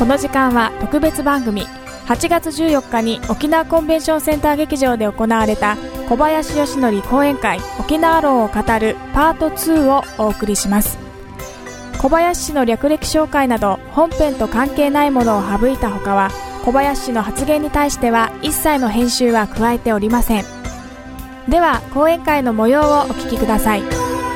の時間は特別番組、8月14日に沖縄コンベンションセンター劇場で行われた小林義則講演会沖縄論を語るパート2をお送りします。小林氏の略歴紹介など本編と関係ないものを省いたほかは、小林氏の発言に対しては一切の編集は加えておりません。では講演会の模様をお聞きください。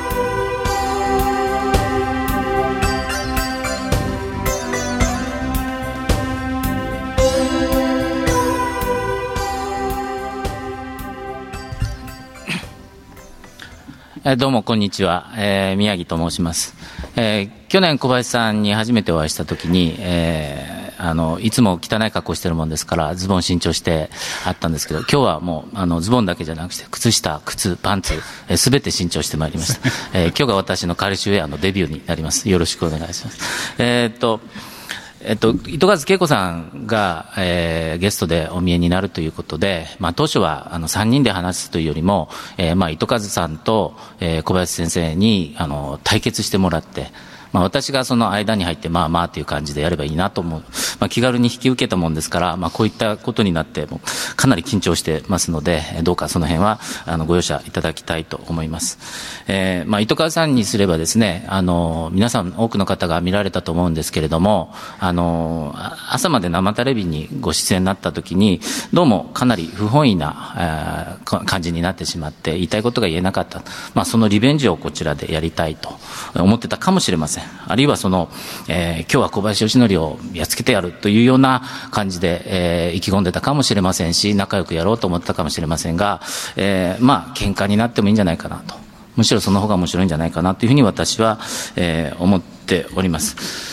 どうもこんにちは、宮城と申します。去年小林さんに初めてお会いしたときに、いつも汚い格好してるもんですからズボン新調してあったんですけど、今日はもうズボンだけじゃなくて靴下、靴、パンツすべて新調してまいりました。今日が私のカルシウェアのデビューになります。よろしくお願いします。糸数恵子さんが、ゲストでお見えになるということで、当初は3人で話すというよりも、糸数さんと、小林先生に対決してもらって、私がその間に入ってという感じでやればいいなと思う、気軽に引き受けたもんですから、こういったことになってもかなり緊張してますので、どうかその辺はご容赦いただきたいと思います。糸数さんにすればですね、皆さん多くの方が見られたと思うんですけれども、朝まで生テレビにご出演になった時にどうもかなり不本意な感じになってしまって、言いたいことが言えなかった、そのリベンジをこちらでやりたいと思ってたかもしれません。あるいは今日は小林義則をやっつけてやるというような感じで、意気込んでたかもしれませんし、仲良くやろうと思ってたかもしれませんが、喧嘩になってもいいんじゃないかなと、むしろその方が面白いんじゃないかなというふうに私は、思っております。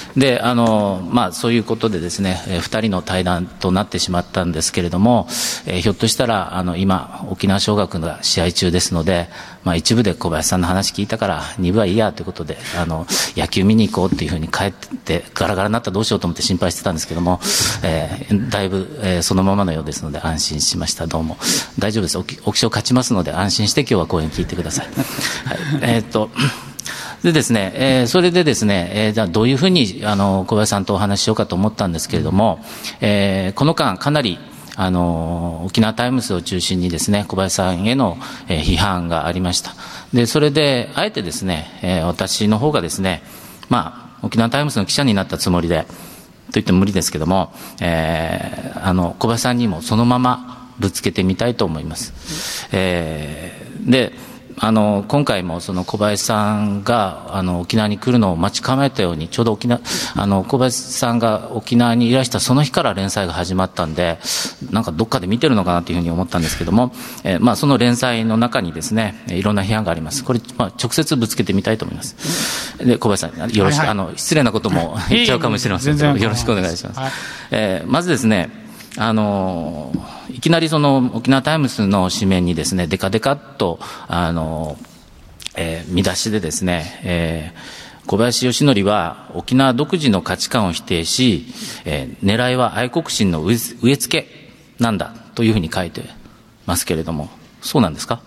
で、そういうことでですね、2人の対談となってしまったんですけれども、ひょっとしたら今沖縄尚学が試合中ですので、一部で小林さんの話聞いたから2部はいいやということで野球見に行こうというふうに帰ってガラガラになったらどうしようと思って心配してたんですけども、だいぶ、そのままのようですので安心しました。どうも大丈夫です。沖尚勝ちますので安心して今日は講演聞いてください。はい、でですね、それでですね、じゃあどういうふうに小林さんとお話ししようかと思ったんですけれども、この間かなり沖縄タイムスを中心にですね、小林さんへの批判がありました。でそれであえてですね、私の方がですね、沖縄タイムスの記者になったつもりでと言っても無理ですけども、小林さんにもそのままぶつけてみたいと思います。で今回もその小林さんが沖縄に来るのを待ち構えたように、ちょうど小林さんが沖縄にいらしたその日から連載が始まったんで、なんかどっかで見てるのかなというふうに思ったんですけども、その連載の中にですね、いろんな批判があります。これ、直接ぶつけてみたいと思います。で小林さんよろしく、失礼なことも言っちゃうかもしれませんけど、よろしくお願いします。まずですね、いきなりその沖縄タイムスの紙面にですね、デカデカっと見出しでですね、小林義則は沖縄独自の価値観を否定し、狙いは愛国心の植え付けなんだというふうに書いてますけれども、そうなんですか？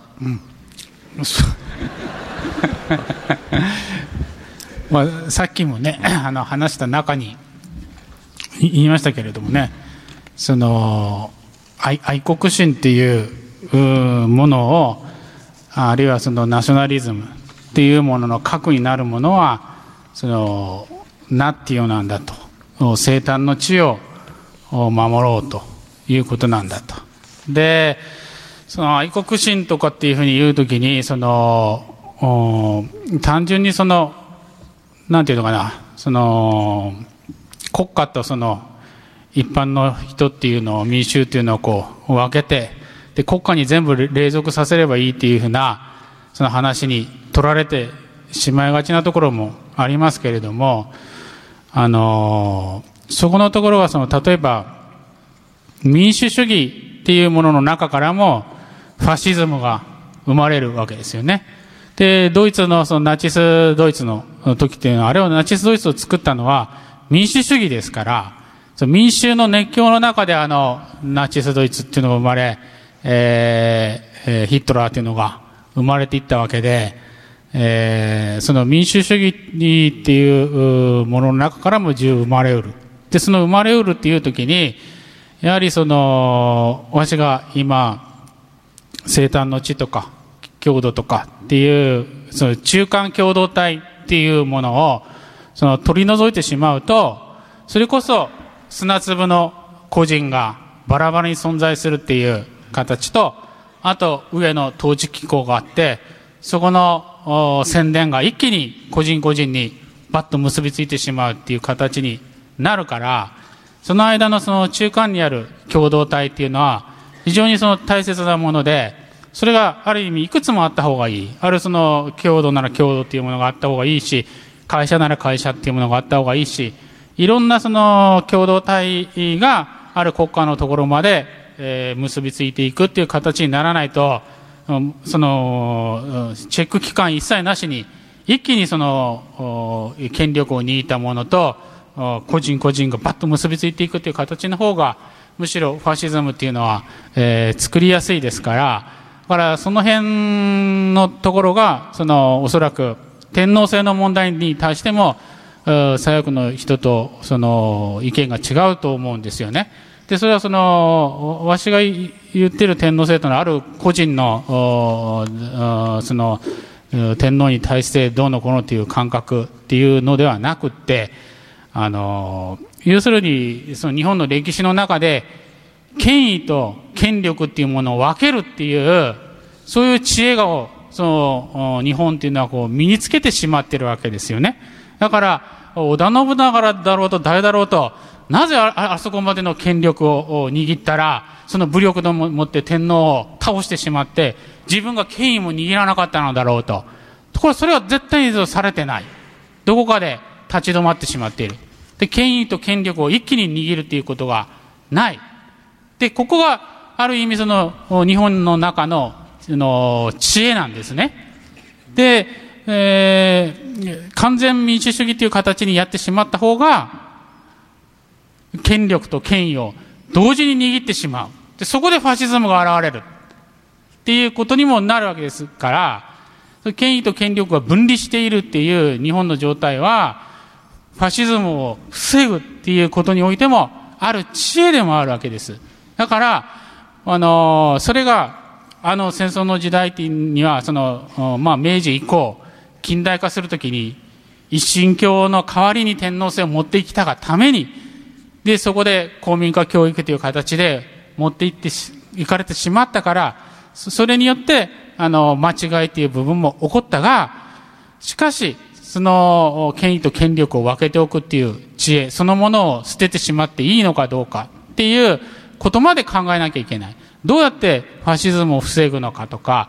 さっきもね話した中に言いましたけれどもね、その愛国心っていうものを、あるいはそのナショナリズムっていうものの核になるものはそのナティオなんだと、生誕の地を守ろうということなんだと。でその愛国心とかっていうふうに言うときに、その単純にそのなんていうのかな、その国家とその一般の人っていうのを、民衆っていうのをこう分けて、で国家に全部隷属させればいいっていうふうなその話に取られてしまいがちなところもありますけれども、そこのところはその例えば民主主義っていうものの中からもファシズムが生まれるわけですよね。でドイツのそのナチスドイツの時っていうのは、あれはナチスドイツを作ったのは民主主義ですから、民衆の熱狂の中でナチスドイツっていうのが生まれ、ヒットラーっていうのが生まれていったわけで、その民主主義っていうものの中からも自由生まれうるっで、その生まれうるっていう時に、やはりわしが今、生誕の地とか、郷土とかっていう、その中間共同体っていうものを、取り除いてしまうと、それこそ砂粒の個人がバラバラに存在するっていう形と、あと上の統治機構があって、そこの宣伝が一気に個人個人にバッと結びついてしまうっていう形になるから、その間の中間にある共同体っていうのは非常に大切なもので、それがある意味いくつもあった方がいい。ある郷土なら郷土っていうものがあった方がいいし、会社なら会社っていうものがあった方がいいし、いろんな共同体がある国家のところまで、結びついていくっていう形にならないと、チェック機関一切なしに一気に権力を握ったものと個人個人がバッと結びついていくという形の方がむしろファシズムっていうのは、作りやすいですから、だからその辺のところがおそらく天皇制の問題に対しても左翼の人と意見が違うと思うんですよね。で、それはわしが言ってる天皇制というのはある個人の天皇に対してどうのこうのという感覚っていうのではなくって、要するに日本の歴史の中で権威と権力っていうものを分けるっていうそういう知恵を日本っていうのは身につけてしまっているわけですよね。だから織田信長だろうと誰だろうと、なぜあそこまでの権力を握ったらその武力でもって天皇を倒してしまって自分が権威も握らなかったのだろうと。ところがそれは絶対にされてない。どこかで立ち止まってしまっている。で、権威と権力を一気に握るっていうことがない。で、ここがある意味日本の中の知恵なんですね。で、完全民主主義という形にやってしまった方が権力と権威を同時に握ってしまう。で、そこでファシズムが現れるっていうことにもなるわけですから、権威と権力が分離しているっていう日本の状態はファシズムを防ぐっていうことにおいてもある知恵でもあるわけです。だからそれが戦争の時代には明治以降近代化するときに一神教の代わりに天皇制を持ってきたがために、でそこで公民化教育という形で持っていかれてしまったから、それによって間違いという部分も起こったが、しかし権威と権力を分けておくっていう知恵そのものを捨ててしまっていいのかどうかっていうことまで考えなきゃいけない。どうやってファシズムを防ぐのかとか、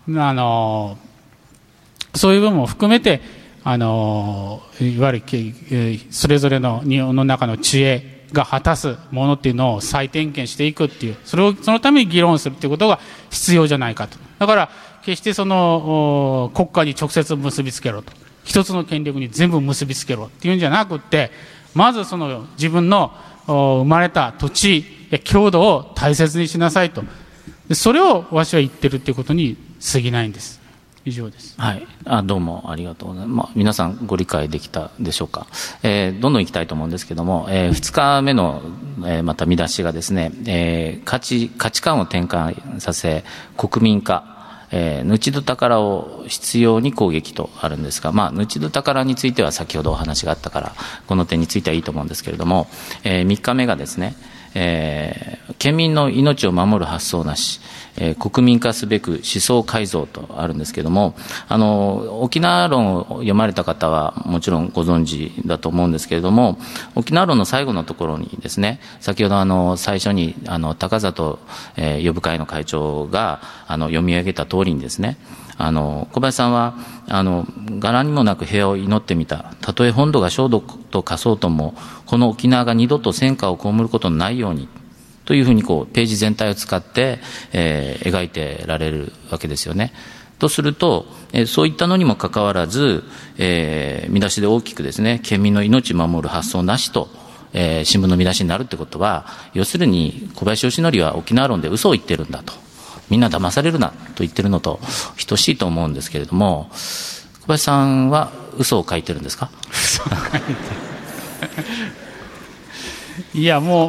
そういう部分も含めていわゆるそれぞれの日本の中の知恵が果たすものっていうのを再点検していくっていう、そのために議論するっていうことが必要じゃないかと。だから決して国家に直接結びつけろと、一つの権力に全部結びつけろっていうんじゃなくって、まず自分の生まれた土地や郷土を大切にしなさいと。それをわしは言ってるっていうことに過ぎないんです。以上です。 はい。どうもありがとうございます。皆さんご理解できたでしょうか。どんどん行きたいと思うんですけども、2日目の、また見出しがですね、価値観を転換させ、国民化、後戸宝を必要に攻撃とあるんですが、後戸宝については先ほどお話があったから、この点についてはいいと思うんですけれども、3日目がですね、県民の命を守る発想なし、国民化すべく思想改造とあるんですけれども、沖縄論を読まれた方はもちろんご存知だと思うんですけれども、沖縄論の最後のところにですね、先ほど最初に高里予部会の会長が読み上げた通りにですね、小林さんは柄にもなく平和を祈ってみた。たとえ本土が焦土と化そうとも、この沖縄が二度と戦火を被ることのないようにというふうにページ全体を使って、描いてられるわけですよね。とすると、そういったのにもかかわらず、見出しで大きくですね、県民の命を守る発想なしと、新聞の見出しになるってことは、要するに小林義則は沖縄論で嘘を言ってるんだと。みんな騙されるなと言ってるのと等しいと思うんですけれども、小林さんは嘘を書いてるんですか？ いやもう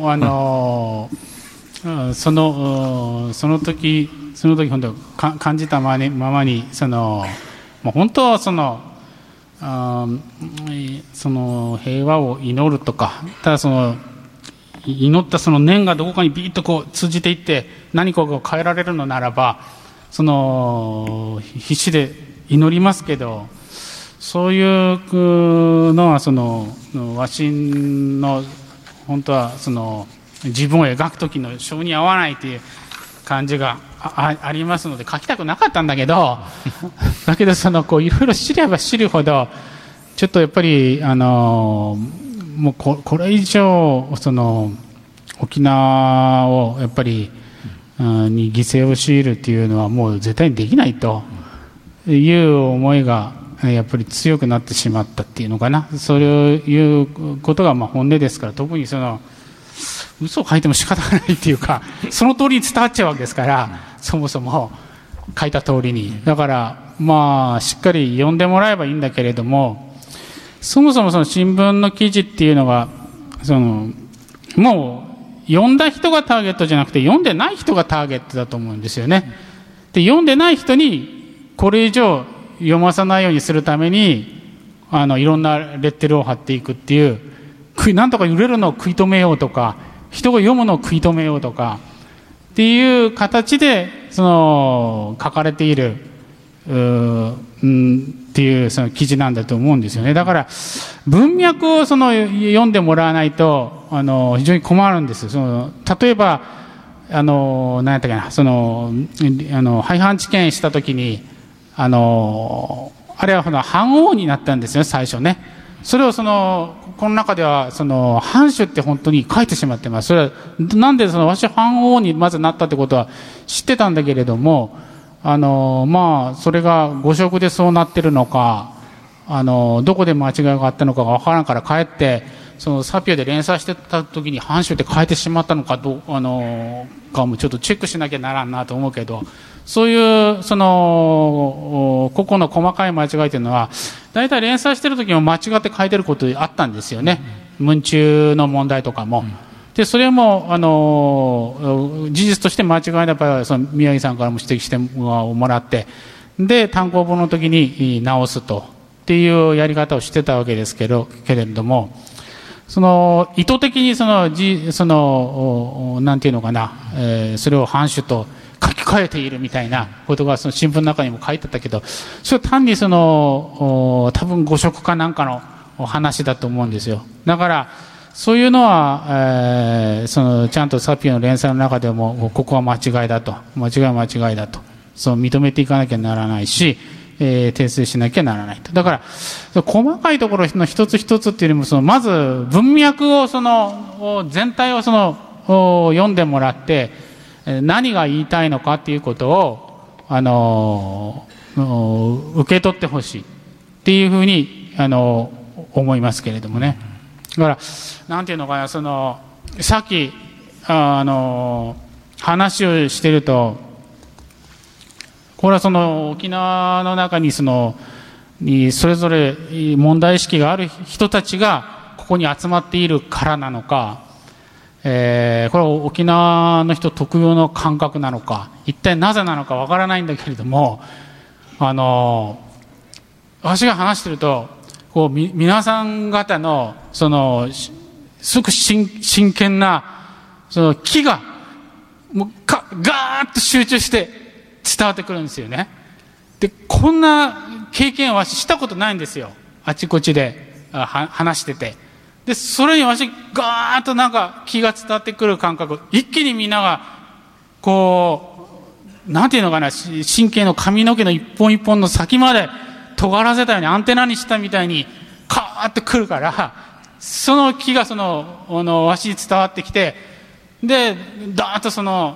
その時本当感じたままにもう本当はその平和を祈るとか、ただ祈ったその念がどこかにビーッとこう通じていって何かを変えられるのならば必死で祈りますけど、そういうのはわしの本当は自分を描く時の性に合わないという感じがありますので書きたくなかったんだけどだけどこういろいろ知れば知るほどちょっとやっぱりもうこれ以上沖縄をやっぱりに犠牲を強いるっていうのはもう絶対にできないという思いがやっぱり強くなってしまったっていうのかな。そういうことが本音ですから、特に嘘を書いても仕方がないっていうか、その通りに伝わっちゃうわけですから、そもそも書いた通りに。だからしっかり読んでもらえばいいんだけれども、そもそも新聞の記事っていうのがもう読んだ人がターゲットじゃなくて読んでない人がターゲットだと思うんですよね。で読んでない人にこれ以上読まさないようにするためにいろんなレッテルを貼っていくっていう、なんとか売れるのを食い止めようとか、人が読むのを食い止めようとかっていう形で書かれているっていう記事なんだと思うんですよね。だから文脈を読んでもらわないと非常に困るんです。例えば何やったっけな、廃藩置県した時にあれは藩王になったんですよ最初ね。それをこの中では藩主って本当に書いてしまってます。それはなんでわし藩王にまずなったってことは知ってたんだけれども、それが誤植でそうなってるのかどこで間違いがあったのかが分からんからかえってサピオで連載してた時に藩主って変えてしまったのかかもちょっとチェックしなきゃならんなと思うけど、そういう個々の細かい間違いというのは大体連載してる時も間違って書いてることあったんですよね。文中の問題とかも。でそれも事実として間違いな場合は宮城さんからも指摘してもらって、で単行本の時に直すっていうやり方をしてたわけですけれども、意図的になんていうのかな、それを藩主と書き換えているみたいなことが新聞の中にも書いてたけど、それは単に多分誤植かなんかの話だと思うんですよ。だからそういうのは、ちゃんとサピオの連載の中でもここは間違いだと、間違いだと認めていかなきゃならないし、訂正しなきゃならないと。だから細かいところの一つ一つっていうよりもまず文脈を全体を読んでもらって何が言いたいのかっていうことを受け取ってほしいっていうふうに思いますけれどもね。だからなんていうのかな、さっき話をしてると、これは沖縄の中にそれぞれ問題意識がある人たちがここに集まっているからなのか、これは沖縄の人特有の感覚なのか、一体なぜなのかわからないんだけれども、私が話してると皆さん方のすごく真剣な気がもうガーッと集中して伝わってくるんですよね。でこんな経験はしたことないんですよ、あちこちで話してて。でそれにわしガーッとなんか気が伝わってくる感覚、一気にみんながなんていうのかな、神経の髪の毛の一本一本の先まで尖らせたようにアンテナにしたみたいにカーッとくるから、その気がわしに伝わってきて、でダーッと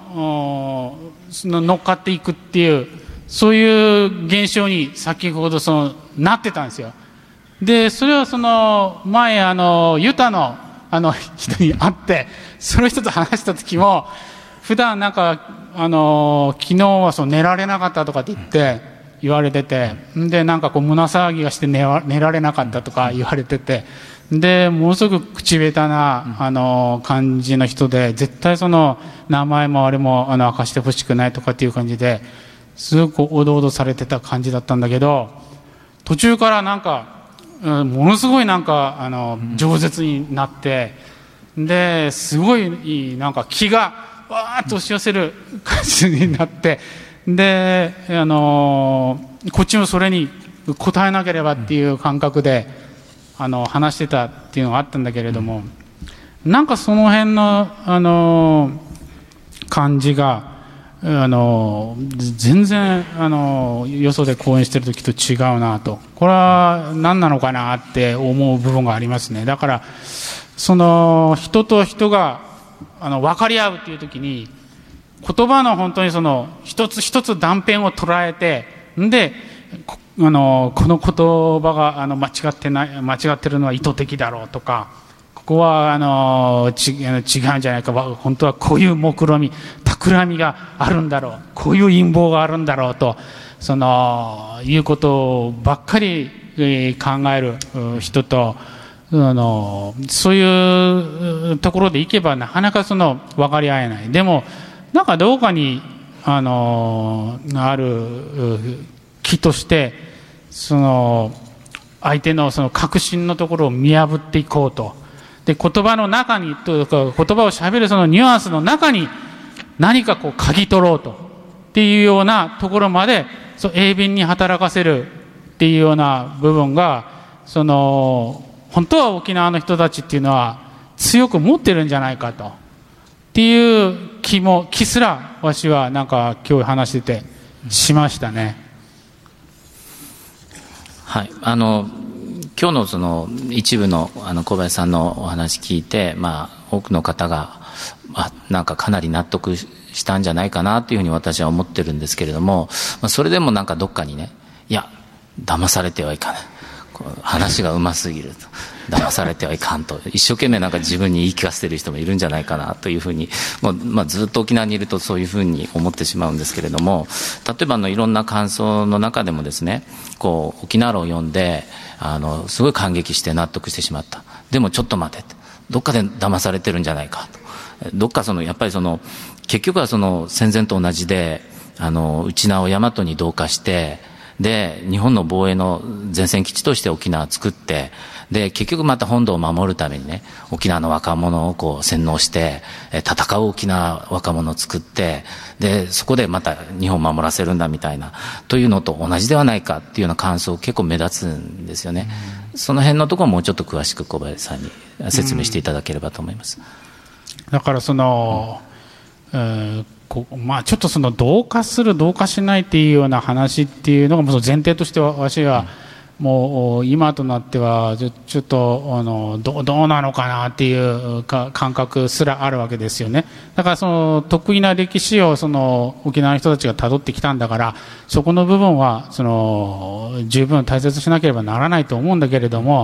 乗っかっていくっていう、そういう現象に先ほどなってたんですよ。でそれを前ユタの人に会ってその人と話した時も、普段なんか昨日は寝られなかったとかって言われてて、でなんか胸騒ぎがして寝られなかったとか言われてて、 で、ものすごく口下手な、感じの人で、絶対その、名前もあれも、明かしてほしくないとかっていう感じで、すごくおどおどされてた感じだったんだけど、途中からなんか、ものすごいなんか、饒舌になって、で、すごい、なんか気が、わーっと押し寄せる感じになって、で、こっちもそれに応えなければっていう感覚で、話してたっていうのがあったんだけれども、なんかその辺の、感じが、全然、よそで講演してる時と違うなと。これは何なのかなって思う部分がありますね。だから、その、人と人が、分かり合うっていう時に、言葉の本当にその、一つ一つ断片を捉えて、で、この言葉が間違ってるのは意図的だろうとか、ここは違うんじゃないか、本当はこういう目論み、企みがあるんだろう、こういう陰謀があるんだろうと、いうことばっかり考える人と、そういうところでいけばなかなか分かり合えない。でも、なんかどこかに、ある気として、相手の核心のところを見破っていこうと。で、言葉の中に、言葉を喋るそのニュアンスの中に何か嗅ぎ取ろうと。っていうようなところまで、鋭敏に働かせるっていうような部分が、本当は沖縄の人たちっていうのは強く持ってるんじゃないかと。っていう気すら、わしはなんか今日話しててしましたね。 はい。今日の一部の小林さんのお話聞いて、多くの方が、なんかかなり納得したんじゃないかなというふうに私は思ってるんですけれども、それでもなんかどっかにね、いや、騙されてはいかない。話がうますぎると。騙されてはいかんと。一生懸命なんか自分に言い聞かせてる人もいるんじゃないかなというふうに、ずっと沖縄にいるとそういうふうに思ってしまうんですけれども、例えばいろんな感想の中でもですね、沖縄論を読んで、すごい感激して納得してしまった。でもちょっと待て。どっかで騙されてるんじゃないかと。どっかやっぱり結局は戦前と同じで、内縄を大和に同化して、で、日本の防衛の前線基地として沖縄を作って、で、結局また本土を守るためにね、沖縄の若者を洗脳して、戦う沖縄若者を作って、で、そこでまた日本を守らせるんだみたいな、というのと同じではないかっていうような感想結構目立つんですよね。その辺のところをもうちょっと詳しく小林さんに説明していただければと思います。 だからちょっと同化する同化しないっていうような話っていうのがもう前提としてはわしはもう今となってはちょっとどうなのかなっていう感覚すらあるわけですよね。だから得意な歴史を沖縄の人たちが辿ってきたんだから、そこの部分は十分大切にしなければならないと思うんだけれども、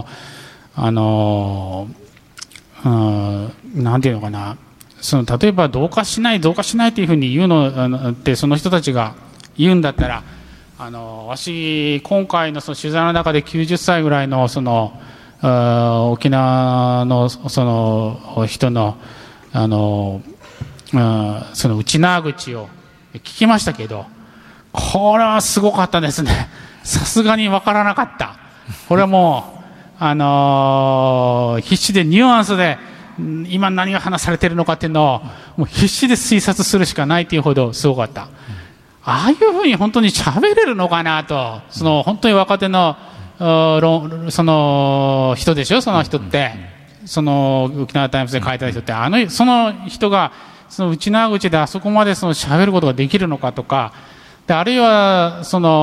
なんていうのかな、例えば同化しないというふうに言うのってその人たちが言うんだったら、わし今回の取材の中で90歳ぐらいの沖縄の人の内縄口を聞きましたけど、これはすごかったですね。さすがに分からなかった。これはもう必死でニュアンスで今何が話されているのかっていうのをもう必死で推察するしかないというほどすごかった。ああいうふうに本当に喋れるのかなと、本当に若手の人でしょ、その人って、沖縄タイムズで書いた人って、その人が内縄口であそこまで喋ることができるのかとか、であるいは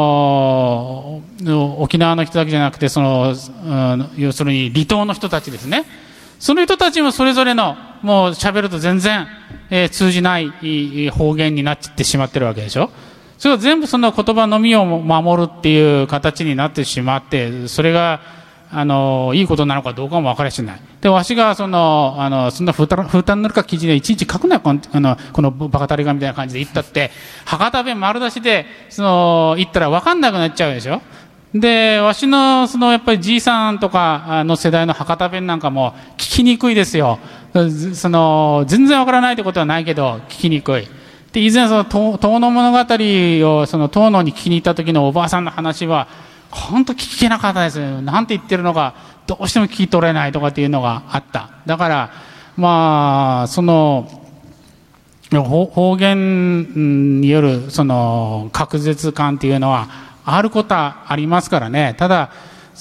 沖縄の人だけじゃなくて要するに離島の人たちですね。その人たちもそれぞれのもう喋ると全然、通じない方言になってしまってるわけでしょ。それが全部言葉のみを守るっていう形になってしまって、それがいいことなのかどうかも分かりゃしない。で、わしがそんな風太塗るか記事でいちいち書くなよ、このバカタレがみたいな感じで言ったって、博多弁丸出しで言ったら分かんなくなっちゃうでしょ。 で、わしのやっぱりじいさんとかの世代の博多弁なんかも聞きにくいですよ。全然わからないってことはないけど聞きにくい。で、以前遠野物語を遠野に聞きに行った時のおばあさんの話は本当聞けなかったです。なんて言ってるのかどうしても聞き取れないとかっていうのがあった。だからまあ方言による隔絶感っていうのはあることはありますからね。ただ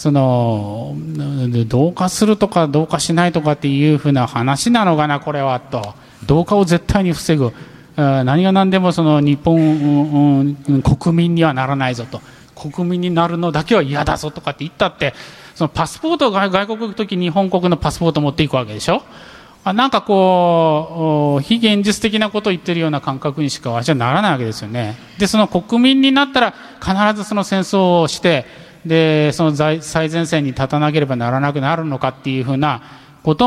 同化するとか同化しないとかっていうふうな話なのかなこれはと。同化を絶対に防ぐ、何が何でも日本、国民にはならないぞと、国民になるのだけは嫌だぞとかって言ったって、パスポートを外国行くとき日本国のパスポートを持っていくわけでしょ。なんか非現実的なことを言ってるような感覚にしか私はならないわけですよね。で、国民になったら必ず戦争をして、で、最前線に立たなければならなくなるのかっていうふうなこと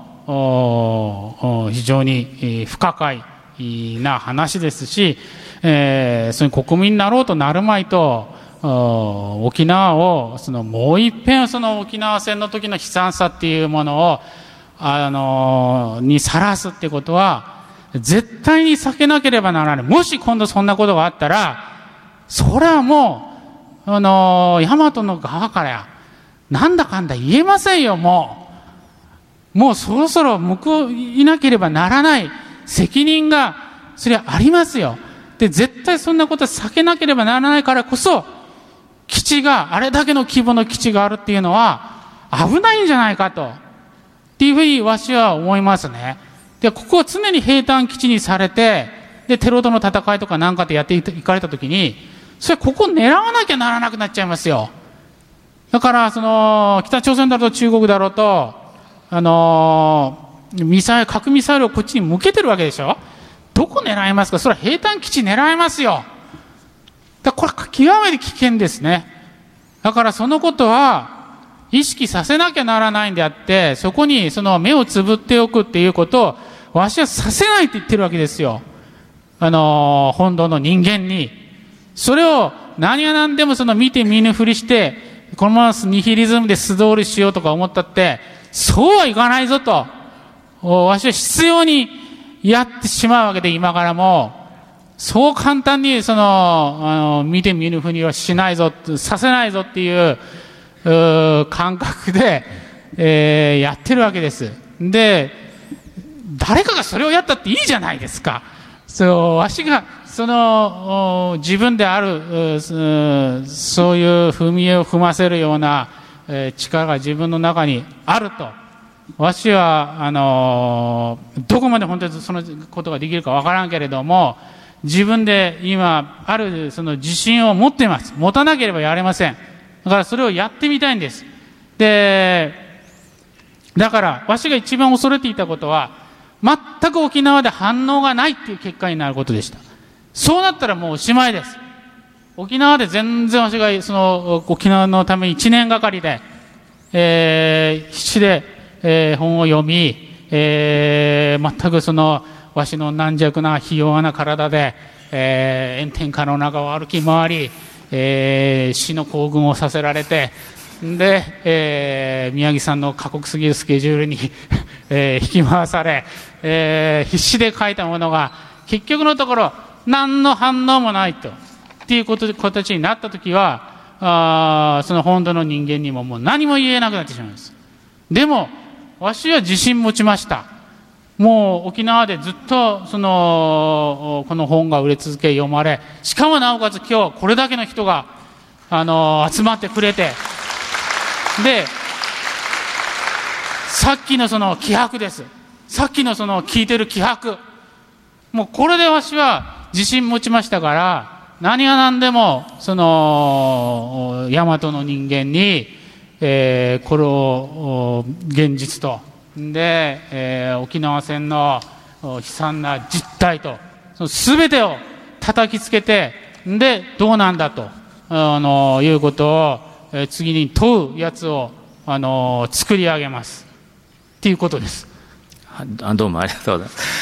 も、非常に不可解な話ですし、そういう国民になろうとなるまいと、沖縄を、もう一遍沖縄戦の時の悲惨さっていうものを、にさらすってことは、絶対に避けなければならない。もし今度そんなことがあったら、それはもう、大和の側からなんだかんだ言えませんよ。もうそろそろ報いなければならない責任がそれはありますよ。で、絶対そんなことは避けなければならないからこそ、基地があれだけの規模の基地があるっていうのは危ないんじゃないかとっていうふうにわしは思いますね。で、ここを常に兵站基地にされて、で、テロとの戦いとかなんかでやっていかれたときに、それここ狙わなきゃならなくなっちゃいますよ。だから北朝鮮だろうと中国だろうと核ミサイルをこっちに向けてるわけでしょ。どこ狙いますか。それは兵站基地狙いますよ。だからこれ極めて危険ですね。だからそのことは意識させなきゃならないんであって、そこに目をつぶっておくっていうことをわしはさせないって言ってるわけですよ。本土の人間に。それを何が何でも見て見ぬふりして、このままニヒリズムで素通りしようとか思ったって、そうはいかないぞと。わしは必要にやってしまうわけで、今からも。そう簡単に見て見ぬふりはしないぞ、させないぞっていう感覚で、やってるわけです。で、誰かがそれをやったっていいじゃないですか。わしが自分であるそういう踏み絵を踏ませるような力が自分の中にあると、わしはどこまで本当にそのことができるかわからんけれども、自分で今ある自信を持っています。持たなければやれません。だからそれをやってみたいんです。で、だからわしが一番恐れていたことは、全く沖縄で反応がないっていう結果になることでした。そうなったらもうおしまいです。沖縄で全然わしが沖縄のために1年がかりで、必死で、本を読み、全くわしの軟弱なひ弱な体で、炎天下の中を歩き回り、死の行軍をさせられて、で、宮城さんの過酷すぎるスケジュールに引き回され、必死で書いたものが結局のところ何の反応もないとっていう形になったときは、その本土の人間にももう何も言えなくなってしまいます。でもわしは自信持ちました。もう沖縄でずっとこの本が売れ続け読まれ、しかもなおかつ今日これだけの人が集まってくれて、でさっきの気迫です。さっきの聞いてる気迫、もうこれでわしは自信持ちましたから、何が何でも大和の人間に、これを現実とで、沖縄戦の悲惨な実態と全てを叩きつけて、でどうなんだということを次に問うやつを作り上げますっていうことです。 どうもありがとうございます。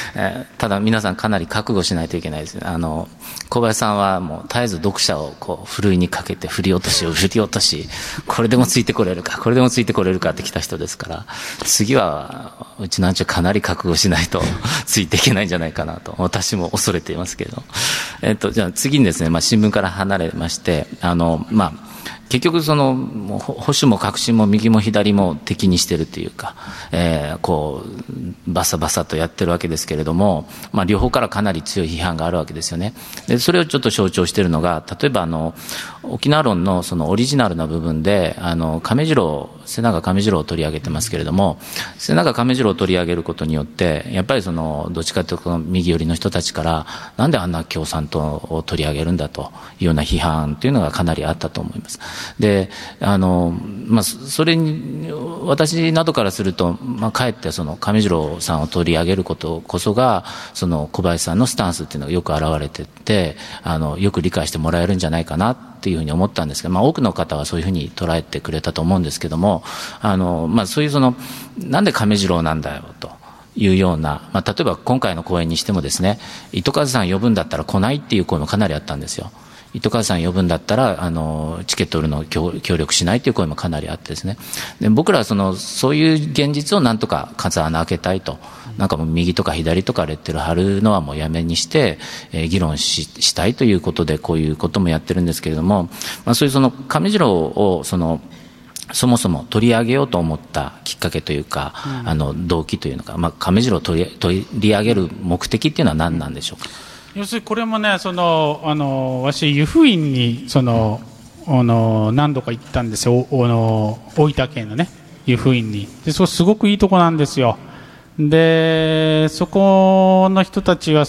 ただ皆さんかなり覚悟しないといけないですね。小林さんはもう絶えず読者をこうふるいにかけて振り落とし、これでもついてこれるかって来た人ですから、次はうちの班長かなり覚悟しないとついていけないんじゃないかなと私も恐れていますけれど、じゃあ次にですね、新聞から離れまして、結局保守も革新も右も左も敵にしてるというか、こうバサバサとやってるわけですけれども、両方からかなり強い批判があるわけですよね。でそれをちょっと象徴しているのが、例えば沖縄論のそのオリジナルな部分で瀬長亀次郎を取り上げてますけれども、瀬長亀次郎を取り上げることによってやっぱりどっちかというと右寄りの人たちからなんであんな共産党を取り上げるんだというような批判というのがかなりあったと思います。でそれに私などからすると、かえって亀次郎さんを取り上げることこそが小林さんのスタンスっていうのがよく表れてて、よく理解してもらえるんじゃないかなっていうふうに思ったんですが、多くの方はそういうふうに捉えてくれたと思うんですけども、そういうなんで亀次郎なんだよというような、例えば今回の講演にしてもですね、糸数さん呼ぶんだったら来ないっていう声もかなりあったんですよ。糸数さん呼ぶんだったらチケット売るの協力しないという声もかなりあってですね、で僕らはそういう現実をなんとか風穴開けたいと、なんかもう右とか左とかレッテル貼るのはもうやめにして、議論したいということでこういうこともやってるんですけれども、そういう亀次郎をそもそも取り上げようと思ったきっかけというか、動機というのか、亀次郎を取り上げる目的っていうのは何なんでしょうか。 要するにこれもね、私湯布院に何度か行ったんですよ。大分県のね湯布院に。でそこすごくいいとこなんですよ。でそこの人たちは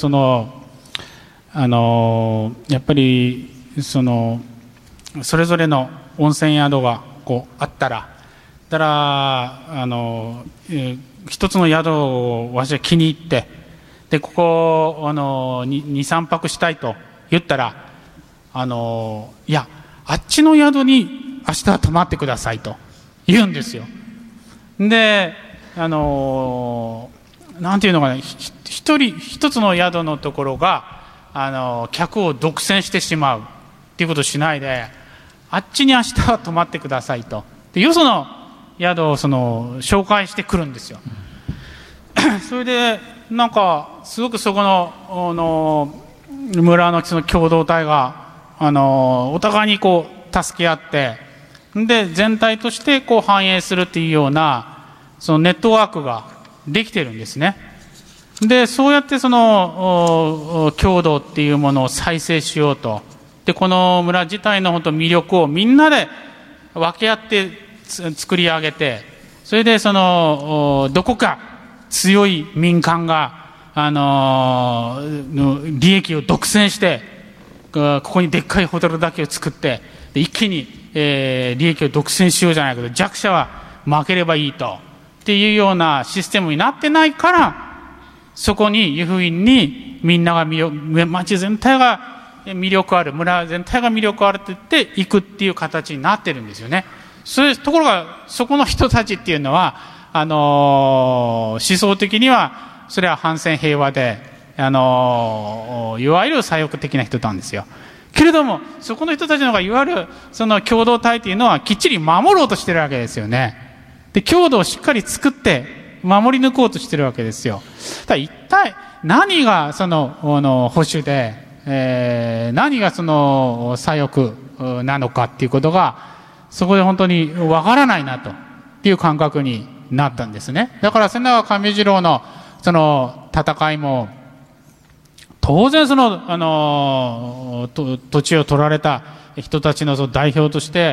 やっぱりそれぞれの温泉宿がこうあったら一つの宿を私は気に入って、でここ2、3泊したいと言ったら、いやあっちの宿に明日は泊まってくださいと言うんですよ。でなんていうのかな、一つの宿のところが客を独占してしまうっていうことをしないで、あっちに明日は泊まってくださいと、でよその宿を紹介してくるんですよ。それでなんかすごくそこの村の共同体がお互いにこう助け合って、で全体としてこう反映するっていうようなネットワークができてるんですね。でそうやって郷土っていうものを再生しようと、でこの村自体の本当魅力をみんなで分け合って作り上げて、それでどこか強い民間が利益を独占して、ここにでっかいホテルだけを作って、で一気に、利益を独占しようじゃないかと、弱者は負ければいいとっていうようなシステムになってないから、そこに湯布院にみんなが町全体が魅力ある、村全体が魅力あるって言って行くっていう形になってるんですよね。ところがそこの人たちっていうのは思想的にはそれは反戦平和でいわゆる左翼的な人なんですよ。けれどもそこの人たちのがいわゆる共同体というのはきっちり守ろうとしてるわけですよね。で郷土をしっかり作って守り抜こうとしてるわけですよ。だ一体何が保守で、何が左翼なのかっていうことがそこで本当にわからないなという感覚になったんですね。だから瀬長亀次郎の戦いも当然土地を取られた人たちの代表として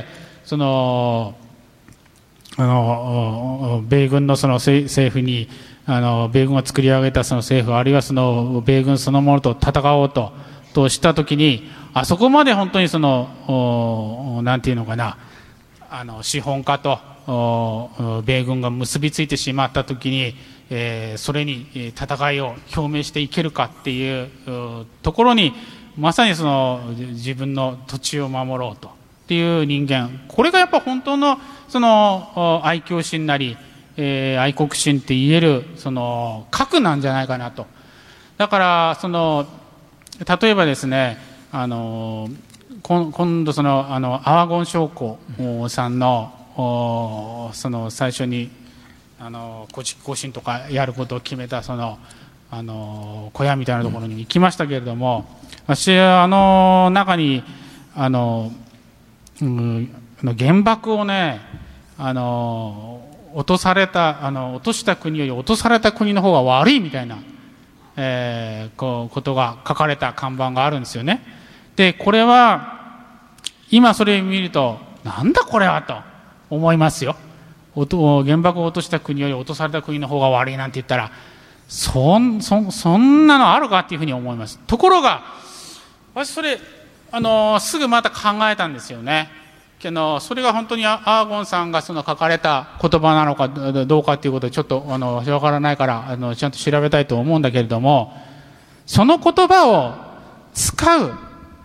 米軍の政府に米軍が作り上げた政府あるいは米軍そのものと戦おうとしたときに、あそこまで本当になんていうのかな、資本家と米軍が結びついてしまったときに、それに戦いを表明していけるかっていうところにまさに自分の土地を守ろうとっていう人間、これがやっぱ本当の愛嬌心なり、愛国心って言える核なんじゃないかなとだから例えばですね、今度アワゴン商工さんの最初に古式更新とかやることを決めた小屋みたいなところに行きましたけれども、私中に原爆をね落とした国より落とされた国の方が悪いみたいな、ことが書かれた看板があるんですよね。でこれは今それを見るとなんだこれはと思いますよ。原爆を落とした国より落とされた国の方が悪いなんて言ったらそんなのあるかっていうふうに思います。ところが私それすぐまた考えたんですよね。それが本当にアーゴンさんが書かれた言葉なのかどうかということはちょっとわからないからちゃんと調べたいと思うんだけれども、その言葉を使う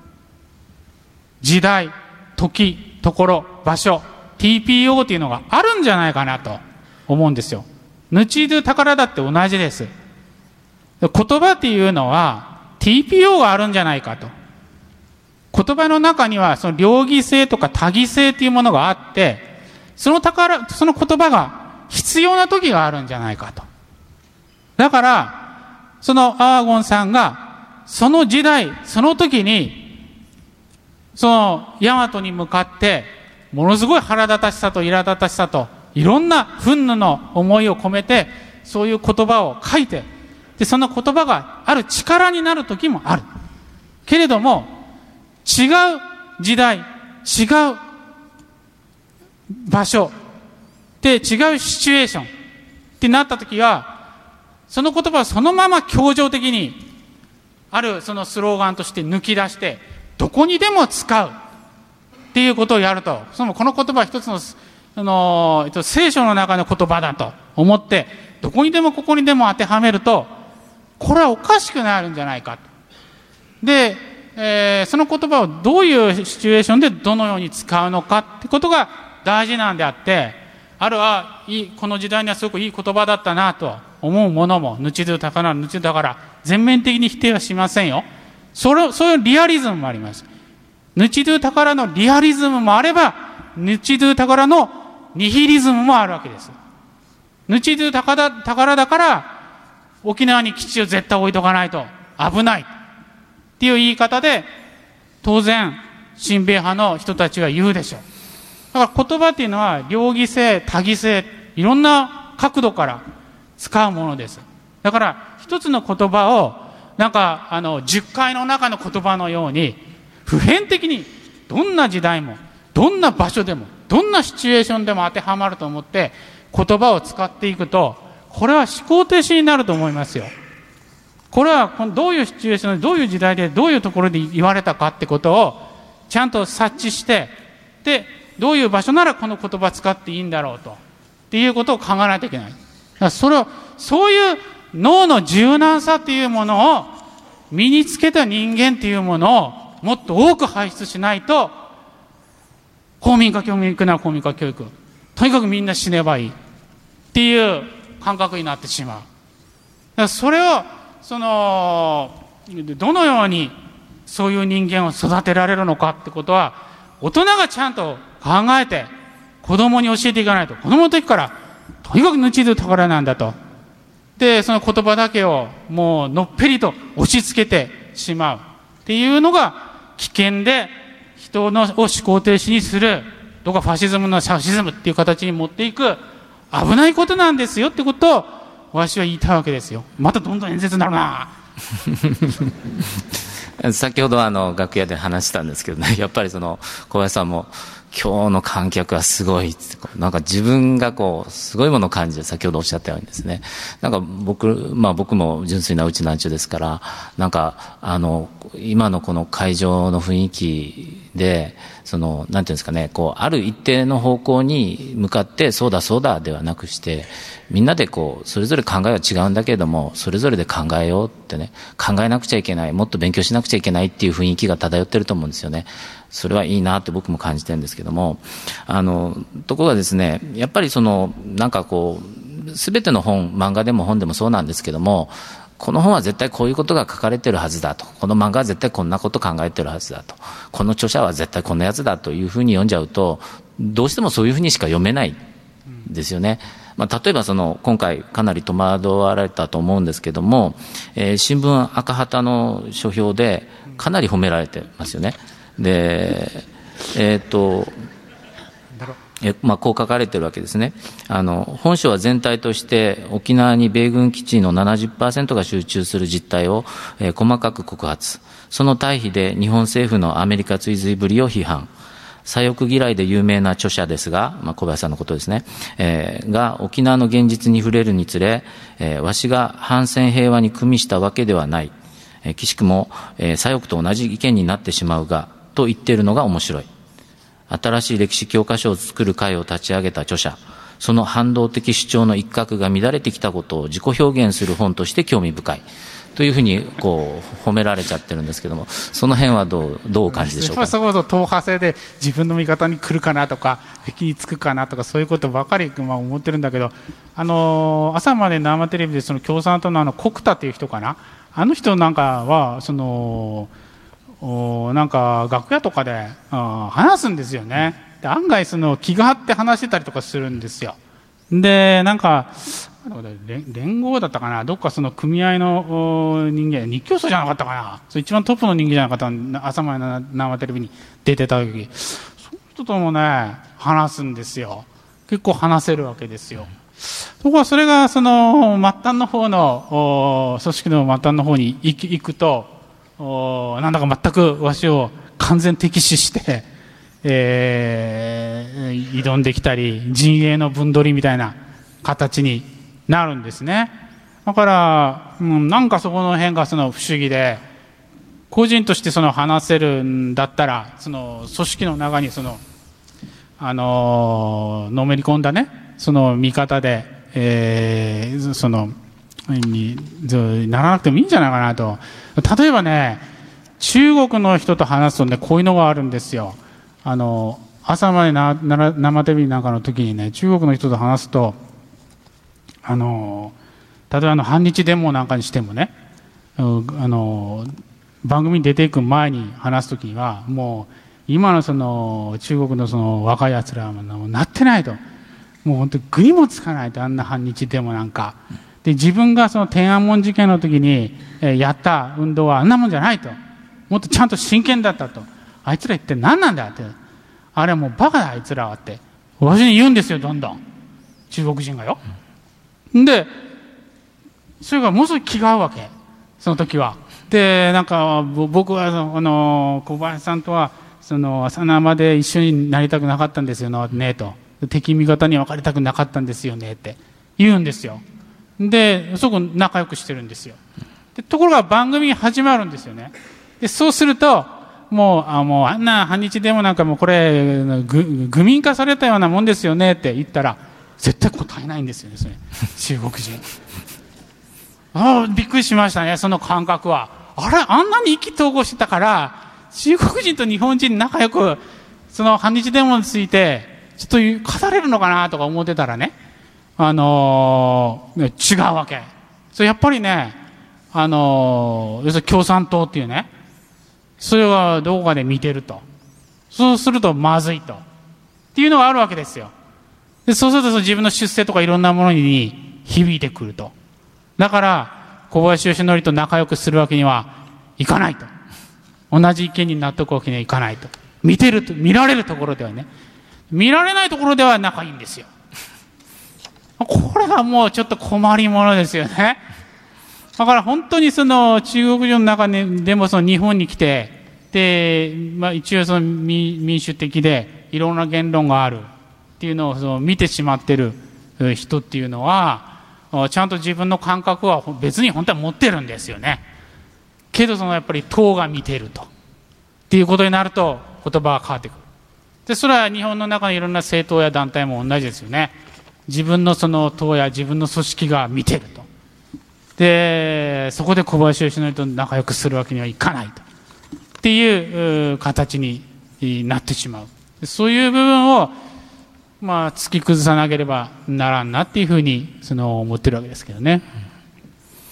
時代、時、ところ、場所、TPO というのがあるんじゃないかなと思うんですよ。ヌチドゥタカラだって同じです。言葉っていうのは TPO があるんじゃないかと。言葉の中には両義性とか多義性というものがあって、その言葉が必要な時があるんじゃないかと。だからアーゴンさんがその時代その時にヤマトに向かってものすごい腹立たしさと苛立たしさといろんな憤怒の思いを込めてそういう言葉を書いて、でその言葉がある力になる時もあるけれども、違う時代、違う場所で違うシチュエーションってなった時は、その言葉をそのまま協情的にあるスローガンとして抜き出してどこにでも使うっていうことをやると、この言葉は一つの聖書の中の言葉だと思ってどこにでもここにでも当てはめると、これはおかしくなるんじゃないかと。でその言葉をどういうシチュエーションでどのように使うのかってことが大事なんであって、この時代にはすごくいい言葉だったなと思うものも、ヌチドゥタカラ、ヌチドゥタカラ全面的に否定はしませんよ。そういうリアリズムもあります。ヌチドゥタカラのリアリズムもあれば、ヌチドゥタカラのニヒリズムもあるわけです。ヌチドゥタカラだから沖縄に基地を絶対置いとかないと危ないっていう言い方で当然親米派の人たちは言うでしょう。だから言葉っていうのは両義性、多義性、いろんな角度から使うものです。だから一つの言葉を10回の中の言葉のように普遍的にどんな時代もどんな場所でもどんなシチュエーションでも当てはまると思って言葉を使っていくと、これは思考停止になると思いますよ。これはどういうシチュエーションでどういう時代でどういうところで言われたかってことをちゃんと察知して、でどういう場所ならこの言葉使っていいんだろうとっていうことを考えないといけない。だからそういう脳の柔軟さっていうものを身につけた人間っていうものをもっと多く輩出しないと、公民か教育なら公民か教育、とにかくみんな死ねばいいっていう感覚になってしまう。だからそれをどのようにそういう人間を育てられるのかってことは大人がちゃんと考えて子供に教えていかないと。子供の時からとにかくヌチドゥタカラなんだと。でその言葉だけをもうのっぺりと押し付けてしまうっていうのが危険で、人を思考停止にする、どこかファシズムのシャシズムっていう形に持っていく危ないことなんですよってことを私は言いたいわけですよ。またどんどん演説になるな先ほど楽屋で話したんですけどね、やっぱり小林さんも今日の観客はすごい、自分がすごいものを感じる、先ほどおっしゃったようにですね、僕も純粋なうちなんちゅうですから、今のこの会場の雰囲気でなんていうんですかね、ある一定の方向に向かってそうだそうだではなくして、みんなでそれぞれ考えは違うんだけれどもそれぞれで考えようってね、考えなくちゃいけない、もっと勉強しなくちゃいけないっていう雰囲気が漂ってると思うんですよね。それはいいなって僕も感じてるんですけども、ところがですね、やっぱり全ての本、漫画でも本でもそうなんですけども、 この本は絶対こういうことが書かれてるはずだと、この漫画は絶対こんなこと考えてるはずだと、この著者は絶対こんなやつだというふうに読んじゃうと、どうしてもそういうふうにしか読めないんですよね。例えば今回かなり戸惑われたと思うんですけども、新聞赤旗の書評でかなり褒められてますよね。で、こう書かれてるわけですね。本書は全体として沖縄に米軍基地の 70% が集中する実態を、細かく告発。その対比で日本政府のアメリカ追随ぶりを批判。左翼嫌いで有名な著者ですが、小林さんのことですね、が沖縄の現実に触れるにつれ、わしが反戦平和に組みしたわけではない。岸しくも、左翼と同じ意見になってしまうが、と言っているのが面白い。新しい歴史教科書を作る会を立ち上げた著者、その反動的主張の一角が乱れてきたことを自己表現する本として興味深い。というふうに褒められちゃってるんですけども、その辺はどうお感じでしょうか。 そこそ党派制で自分の味方に来るかなとか、敵につくかなとか、そういうことばかり思ってるんだけど、朝まで生テレビでその共産党の国田っていう人かな、あの人なんかはなんか楽屋とかで話すんですよね。で案外気が張って話してたりとかするんですよ。でなんか連合だったかな、どっか組合の人間、日教組じゃなかったかな、一番トップの人間じゃなかった、朝まで生テレビに出てた時、その人ともね話すんですよ。結構話せるわけですよ。ところがそれが末端の方の組織の末端の方に行くと、なんだか全くわしを完全敵視して、挑んできたり、陣営の分取りみたいな形になるんですね。だから、なんかそこの辺が不思議で、個人として話せるんだったら、組織の中にのめり込んだね、見方で、にならなくてもいいんじゃないかなと。例えばね、中国の人と話すとね、こういうのがあるんですよ。朝まで生テレビなんかの時にね、中国の人と話すと、例えば反日デモなんかにしてもね、番組に出ていく前に話す時には、もう今の中国の若いやつらはなってないと、もう本当に具にもつかないと、あんな反日デモなんかで、自分が天安門事件の時にやった運動はあんなもんじゃないと、もっとちゃんと真剣だったと、あいつら言って何なんだって、あれはもうバカだあいつらはってわしに言うんですよ、どんどん中国人がよ。でそれがものすごい気が合うわけ、その時は。でなんか僕は小林さんとは朝生で一緒になりたくなかったんですよねと、敵味方には分かりたくなかったんですよねって言うんですよ。で、そこ仲良くしてるんですよ。でところが番組始まるんですよね。でそうするともうあんな反日デモなんかもこれ愚民化されたようなもんですよねって言ったら絶対答えないんですよね、それ中国人。びっくりしましたね、その感覚は。あんなに意気投合してたから中国人と日本人仲良く反日デモについてちょっと語れるのかなとか思ってたらね、違うわけ。それやっぱりね、要するに共産党っていうね、それはどこかで見てると、そうするとまずいとっていうのがあるわけですよ。でそうすると自分の出世とかいろんなものに響いてくると。だから小林義則と仲良くするわけにはいかないと、同じ意見になっておくわけにはいかないと。見られるところではね、見られないところでは仲いいんですよ。これがもうちょっと困りものですよね。だから本当に中国人の中でも日本に来て、で、一応民主的でいろんな言論があるっていうのを見てしまってる人っていうのは、ちゃんと自分の感覚は別に本当は持ってるんですよね。けどやっぱり党が見てるとっていうことになると言葉が変わってくる。でそれは日本の中のいろんな政党や団体も同じですよね。自分の党や自分の組織が見てると。でそこで小林義則と仲良くするわけにはいかないとっていう形になってしまう。そういう部分を突き崩さなければならんなっていうふうに思ってるわけですけどね。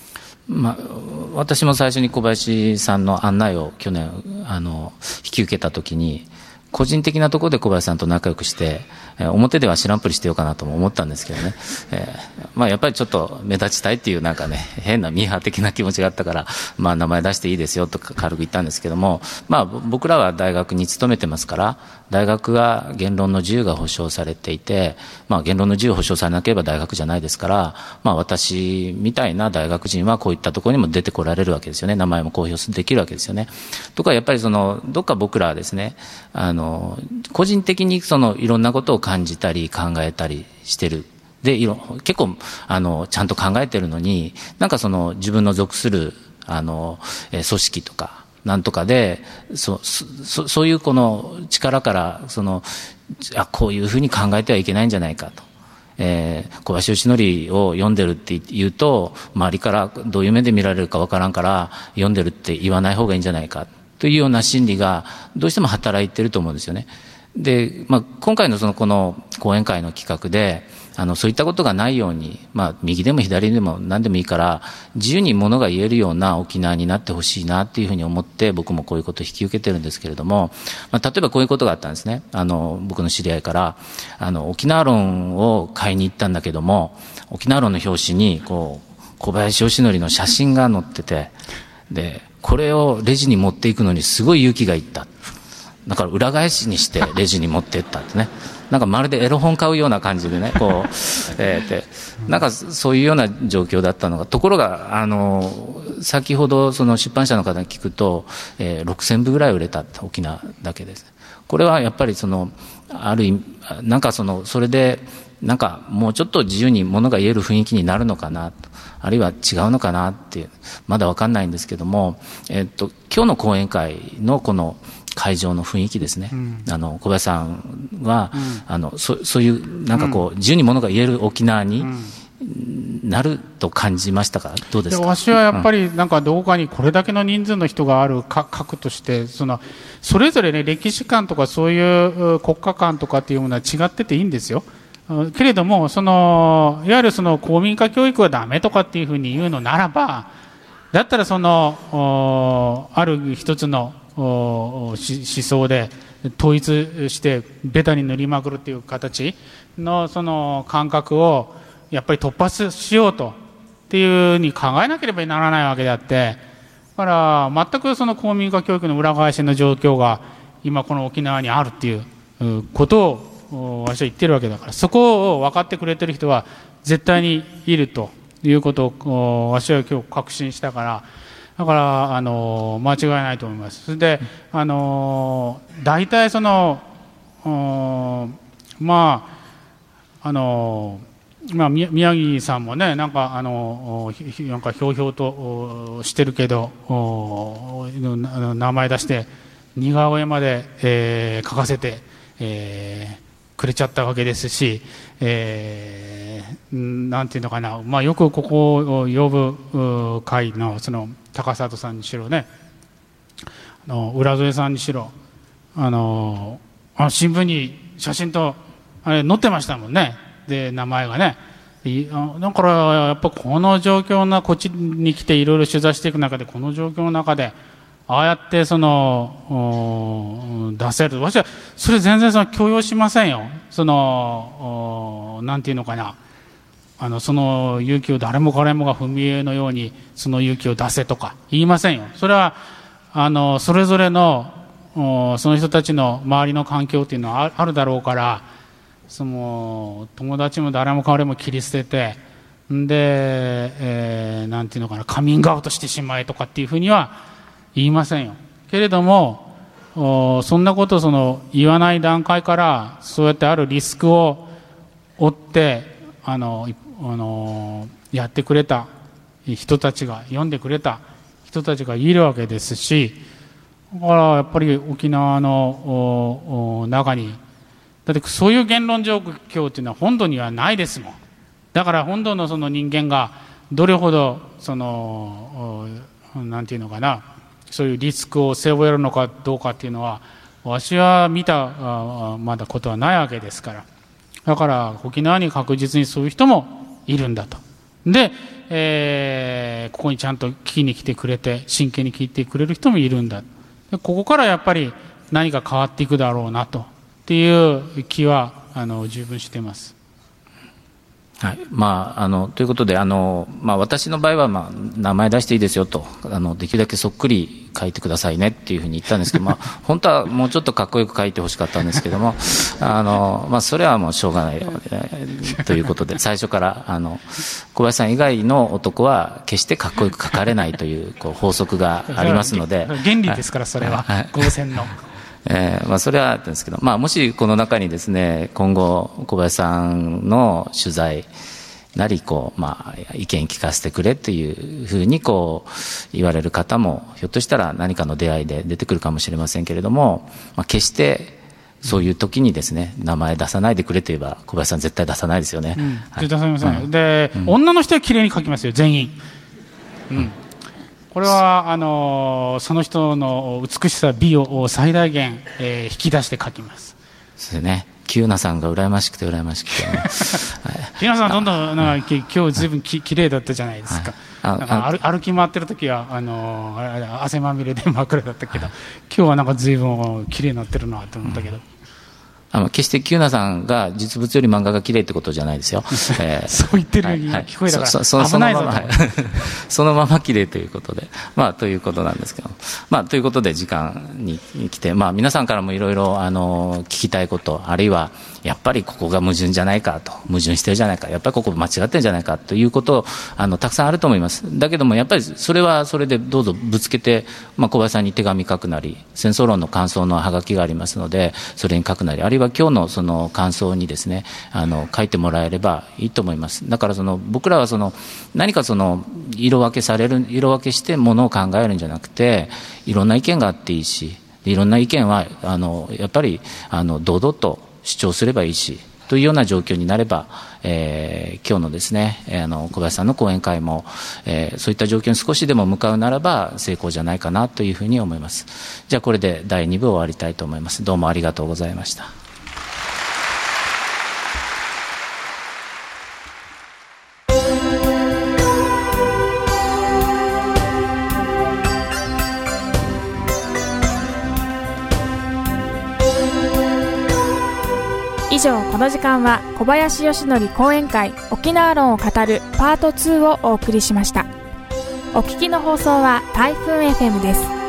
私も最初に小林さんの案内を去年引き受けたときに、個人的なところで小林さんと仲良くして、表では知らんぷりしてようかなとも思ったんですけどね、やっぱりちょっと目立ちたいっていうなんかね、変なミーハー的な気持ちがあったから、名前出していいですよとか軽く言ったんですけども、僕らは大学に勤めてますから、大学が言論の自由が保障されていて、言論の自由を保障されなければ大学じゃないですから、私みたいな大学人はこういったところにも出てこられるわけですよね。名前も公表できるわけですよね。とかやっぱりどっか僕らはですね、個人的にいろんなことを感じたり考えたりしてる。で、結構、ちゃんと考えてるのに、なんか自分の属する、組織とか、なんとかで、そういうこの力から、こういうふうに考えてはいけないんじゃないかと。小林義則を読んでるって言うと、周りからどういう目で見られるかわからんから、読んでるって言わない方がいいんじゃないか。というような心理がどうしても働いていると思うんですよね。で、今回のこの講演会の企画で、そういったことがないように、右でも左でも何でもいいから、自由にものが言えるような沖縄になってほしいなっていうふうに思って、僕もこういうことを引き受けてるんですけれども、例えばこういうことがあったんですね。僕の知り合いから、沖縄論を買いに行ったんだけども、沖縄論の表紙に、小林義則の写真が載ってて、で、これをレジに持っていくのにすごい勇気がいった。だから裏返しにしてレジに持っていったってね。なんかまるでエロ本買うような感じでね、なんかそういうような状況だったのが、ところが、先ほど出版社の方に聞くと、6000部ぐらい売れたって沖縄だけです。これはやっぱりある意味、なんかそれで、なんかもうちょっと自由にものが言える雰囲気になるのかなと。あるいは違うのかなってまだわかんないんですけども、今日の講演会のこの会場の雰囲気ですね。小林さんは、そういうなんか自由にものが言える沖縄になると感じましたか？どうですか？ 私はやっぱりなんかどこかにこれだけの人数の人がある核として、それぞれね、歴史観とかそういう国家観とかっていうものは違ってていいんですよ。けれども、いわゆる公民化教育はダメとかっていうふうに言うのならば、だったらある一つの思想で統一してベタに塗りまくるっていう形の感覚をやっぱり突破しようとっていうに考えなければならないわけであって、だから全く公民化教育の裏返しの状況が今この沖縄にあるっていうことを私は言ってるわけだから、そこを分かってくれてる人は絶対にいるということを私は今日確信したから、だから間違いないと思います。それで大体宮城さんもね、なんかひょうひょうとしてるけど、名前出して似顔絵まで、書かせて、くれちゃったわけですし、なんていうのかな、よくここを呼ぶ会の高里さんにしろね、浦添さんにしろ、新聞に写真とあれ載ってましたもんね。で、名前がね。だからやっぱこの状況こっちに来ていろいろ取材していく中で、この状況の中でああやって出せる。私はそれ全然強要しませんよ。なんていうのかな。その勇気を誰も彼もが踏み絵のようにその勇気を出せとか言いませんよ。それはそれぞれのその人たちの周りの環境っていうのはあるだろうから、友達も誰も彼も切り捨てて、で、なんていうのかな、カミングアウトしてしまえとかっていうふうには言いませんよ。けれども、そんなことを言わない段階からそうやってあるリスクを負ってやってくれた人たちが、読んでくれた人たちがいるわけですし、だからやっぱり沖縄の中に、だってそういう言論状況っていうのは本土にはないですもん。だから本土の人間がどれほどなんていうのかな、そういうリスクを背負えるのかどうかっていうのは私は見たまだことはないわけですから、だから沖縄に確実にそういう人もいるんだと。で、 ここにちゃんと聞きに来てくれて真剣に聞いてくれる人もいるんだ。でここからやっぱり何か変わっていくだろうなとっていう気は十分しています。 はい、ということで私の場合は、名前出していいですよとできるだけそっくり書いてくださいねっていうふうに言ったんですけど、本当はもうちょっとかっこよく書いてほしかったんですけどもそれはもうしょうがないということで最初から小林さん以外の男は決してかっこよく書かれないという法則がありますので原理ですからそれは、合戦のそれはあったんですけど、もしこの中にですね今後小林さんの取材なり意見聞かせてくれっていうふうに言われる方もひょっとしたら何かの出会いで出てくるかもしれませんけれども、決してそういう時にですね名前出さないでくれといえば小林さん絶対出さないですよね。 出されません、で、女の人はきれいに書きますよ全員、これはその人の美しさ美を最大限、引き出して書きます。 そうですね。キューナさんが羨ましくてキューナさんどんどん今日ずいぶんきれいだったじゃないですか。歩き回ってる時は汗まみれで真っ暗だったけど、今日はずいぶんきれいになってるなと思ったけど、 決してキューナさんが実物より漫画が綺麗ってことじゃないですよ。 そう言ってるように聞こえたから危ないぞと。 そのまま綺麗ということで、ということなんですけど、ということで時間に来て、皆さんからもいろいろ聞きたいこと、あるいはやっぱりここが矛盾じゃないかと、矛盾してるじゃないか、やっぱりここ間違ってるんじゃないかということたくさんあると思います。だけどもやっぱりそれはそれでどうぞぶつけて、小林さんに手紙書くなり、戦争論の感想のハガキがありますのでそれに書くなり、あるいは今日のその感想にですね書いてもらえればいいと思います。だから僕らは何か色分けしてものを考えるんじゃなくて、いろんな意見があっていいし、いろんな意見はやっぱり堂々と主張すればいいしというような状況になれば、今日のですね小林さんの講演会も、そういった状況に少しでも向かうならば成功じゃないかなというふうに思います。じゃあこれで第2部を終わりたいと思います。どうもありがとうございました。 以上、この時間は小林義則講演会沖縄論を語るパート2をお送りしました。お聞きの放送は台風 FM です。